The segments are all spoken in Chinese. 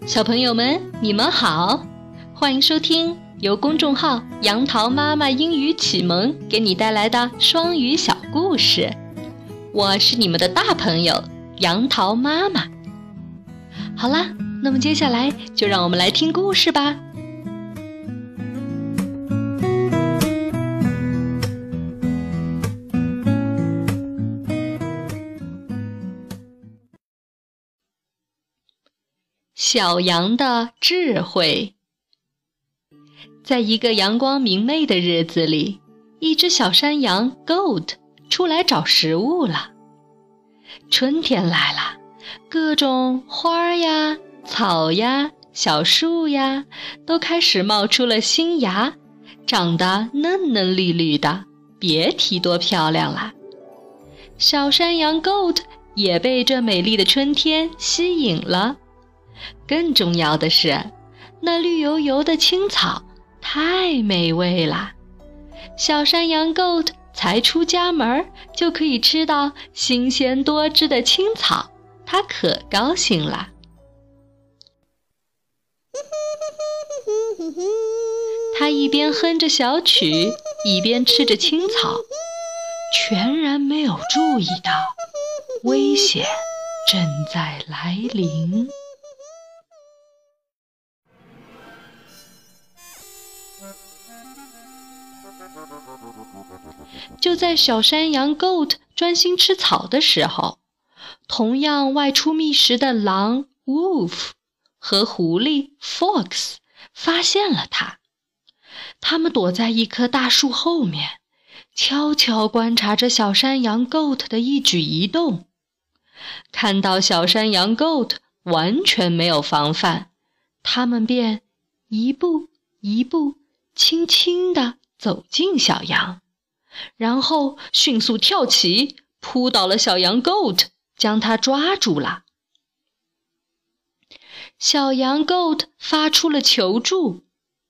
小朋友们，你们好，欢迎收听由公众号杨桃妈妈英语启蒙给你带来的双语小故事。我是你们的大朋友杨桃妈妈。好啦，那么接下来就让我们来听故事吧。小羊的智慧。在一个阳光明媚的日子里，一只小山羊 Goat 出来找食物了。春天来了，各种花呀、草呀、小树呀，都开始冒出了新芽，长得嫩嫩绿绿的，别提多漂亮了。小山羊 Goat 也被这美丽的春天吸引了。更重要的是，那绿油油的青草太美味了。小山羊 Goat 才出家门就可以吃到新鲜多汁的青草，它可高兴了。它一边哼着小曲，一边吃着青草，全然没有注意到危险正在来临。就在小山羊 Goat 专心吃草的时候，同样外出觅食的狼 Wolf 和狐狸 Fox 发现了它。他们躲在一棵大树后面，悄悄观察着小山羊 Goat 的一举一动。看到小山羊 Goat 完全没有防范，他们便一步一步轻轻地走近小羊，然后迅速跳起，扑倒了小羊 Goat， 将它抓住了。小羊 Goat 发出了求助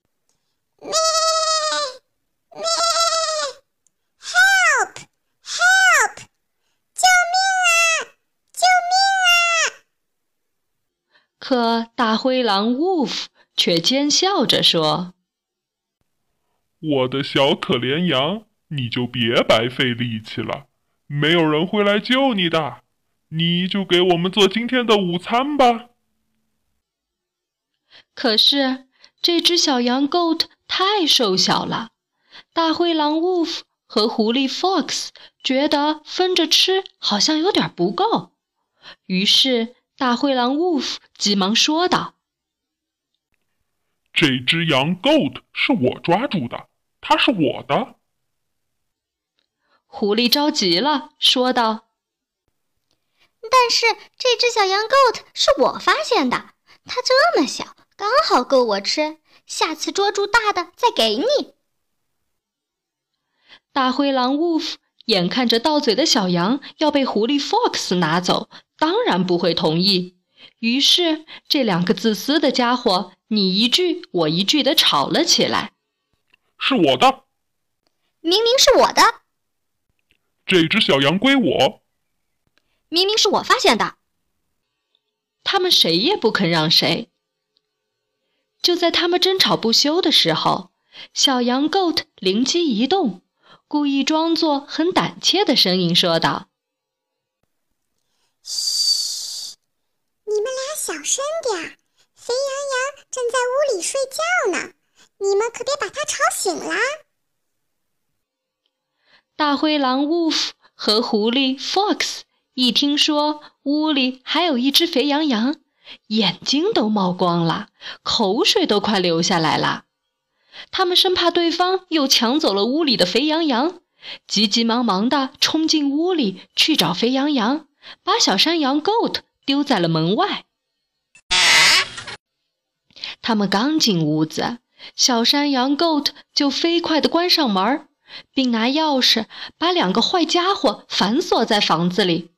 Help! Help! 救命啊！救命啊！ 可大灰狼 Wolf 却奸笑着说， 我的小可怜羊，你就别白费力气了，没有人会来救你的，你就给我们做今天的午餐吧。 可是这只小羊 Goat 太瘦小了，大灰狼 Wolf 和狐狸 Fox 觉得分着吃好像有点不够，于是大灰狼 Wolf 急忙说道， 这只羊 Goat 是我抓住的，它是我的。 狐狸着急了，说道， 但是这只小羊 Goat 是我发现的，它这么小，刚好够我吃，下次捉住大的再给你。 大灰狼 Wolf 眼看着到嘴的小羊要被狐狸 Fox 拿走，当然不会同意，于是这两个自私的家伙你一句我一句地吵了起来。 是我的， 明明是我的， 这只小羊归我， 明明是我发现的。 他们谁也不肯让谁。就在他们争吵不休的时候，小羊 Goat 灵机一动，故意装作很胆怯的声音说道， 嘘，你们俩小声点，肥羊羊正在屋里睡觉呢，你们可别把它吵醒啦。 大灰狼 Wolf 和狐狸 Fox 一听说屋里还有一只肥羊羊，眼睛都冒光了，口水都快流下来了。他们生怕对方又抢走了屋里的肥羊羊，急急忙忙地冲进屋里去找肥羊羊，把小山羊 Goat 丢在了门外。他们刚进屋子，小山羊 Goat 就飞快地关上门，并拿钥匙把两个坏家伙反锁在房子里。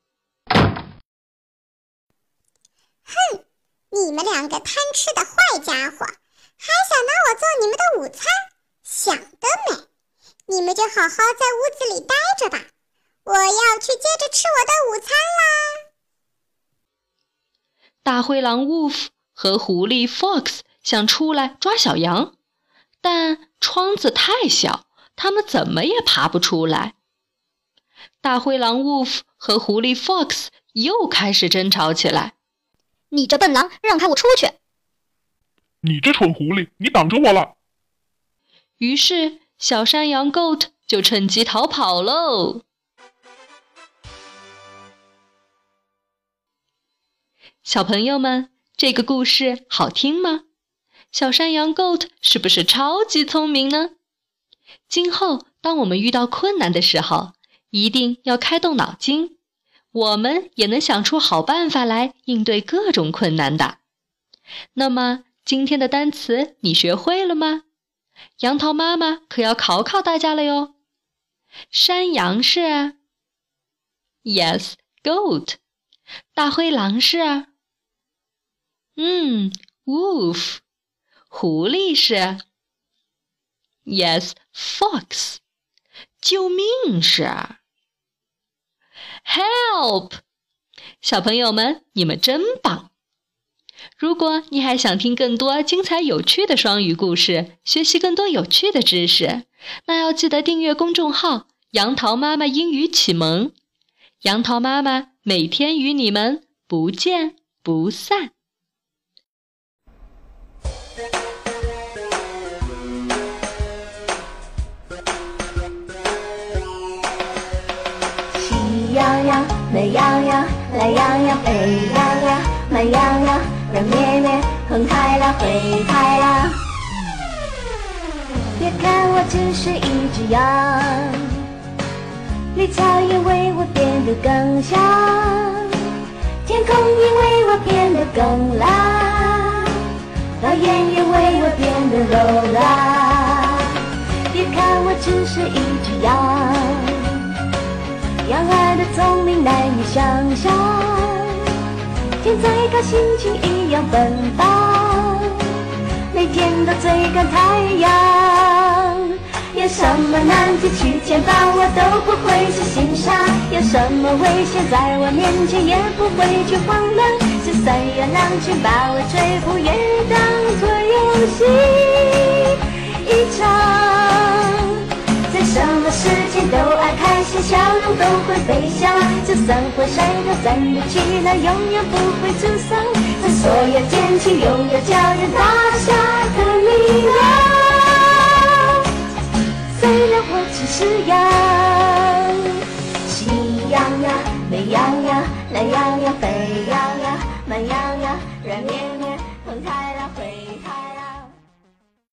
哼，你们两个贪吃的坏家伙，还想拿我做你们的午餐？想得美！你们就好好在屋子里待着吧，我要去接着吃我的午餐啦。 大灰狼 Wolf 和狐狸 Fox 想出来抓小羊，但窗子太小，他们怎么也爬不出来。大灰狼 Wolf 和狐狸 Fox 又开始争吵起来。 你这笨狼，让开我出去！ 你这蠢狐狸，你挡着我了！ 于是小山羊 Goat 就趁机逃跑喽。小朋友们，这个故事好听吗？小山羊 Goat 是不是超级聪明呢？今后当我们遇到困难的时候，一定要开动脑筋，我们也能想出好办法来应对各种困难的。那么今天的单词你学会了吗？杨桃妈妈可要考考大家了哟。山羊是 Yes, goat。 大灰狼是Wolf。 狐狸是 Yes, fox。 救命是 Help。 小朋友们，你们真棒！如果你还想听更多精彩有趣的双语故事，学习更多有趣的知识，那要记得订阅公众号杨桃妈妈英语启蒙。杨桃妈妈每天与你们不见不散。 喜羊羊、美羊羊、懒羊羊、沸羊羊、慢羊羊，让咩咩哼开了，会开了。别看我只是一只羊，绿草也为我变得更香，天空也为我变得更蓝，老远也为我变得柔软。别看我只是一只羊，羊儿的聪明难以想象，天再高心情一样奔放，每天都追赶太阳。有什么难题去牵绊我都不会去心上，有什么危险在我面前也不会去慌乱，就算有狼群把我追捕也当作游戏一场。在什么时间都爱开心，笑容都会飞翔，就算火山要站不起来，永远不会沮丧。在所有天气拥有叫人大笑的力量。虽然我只是羊，喜羊羊、美羊羊、懒羊羊、沸羊羊。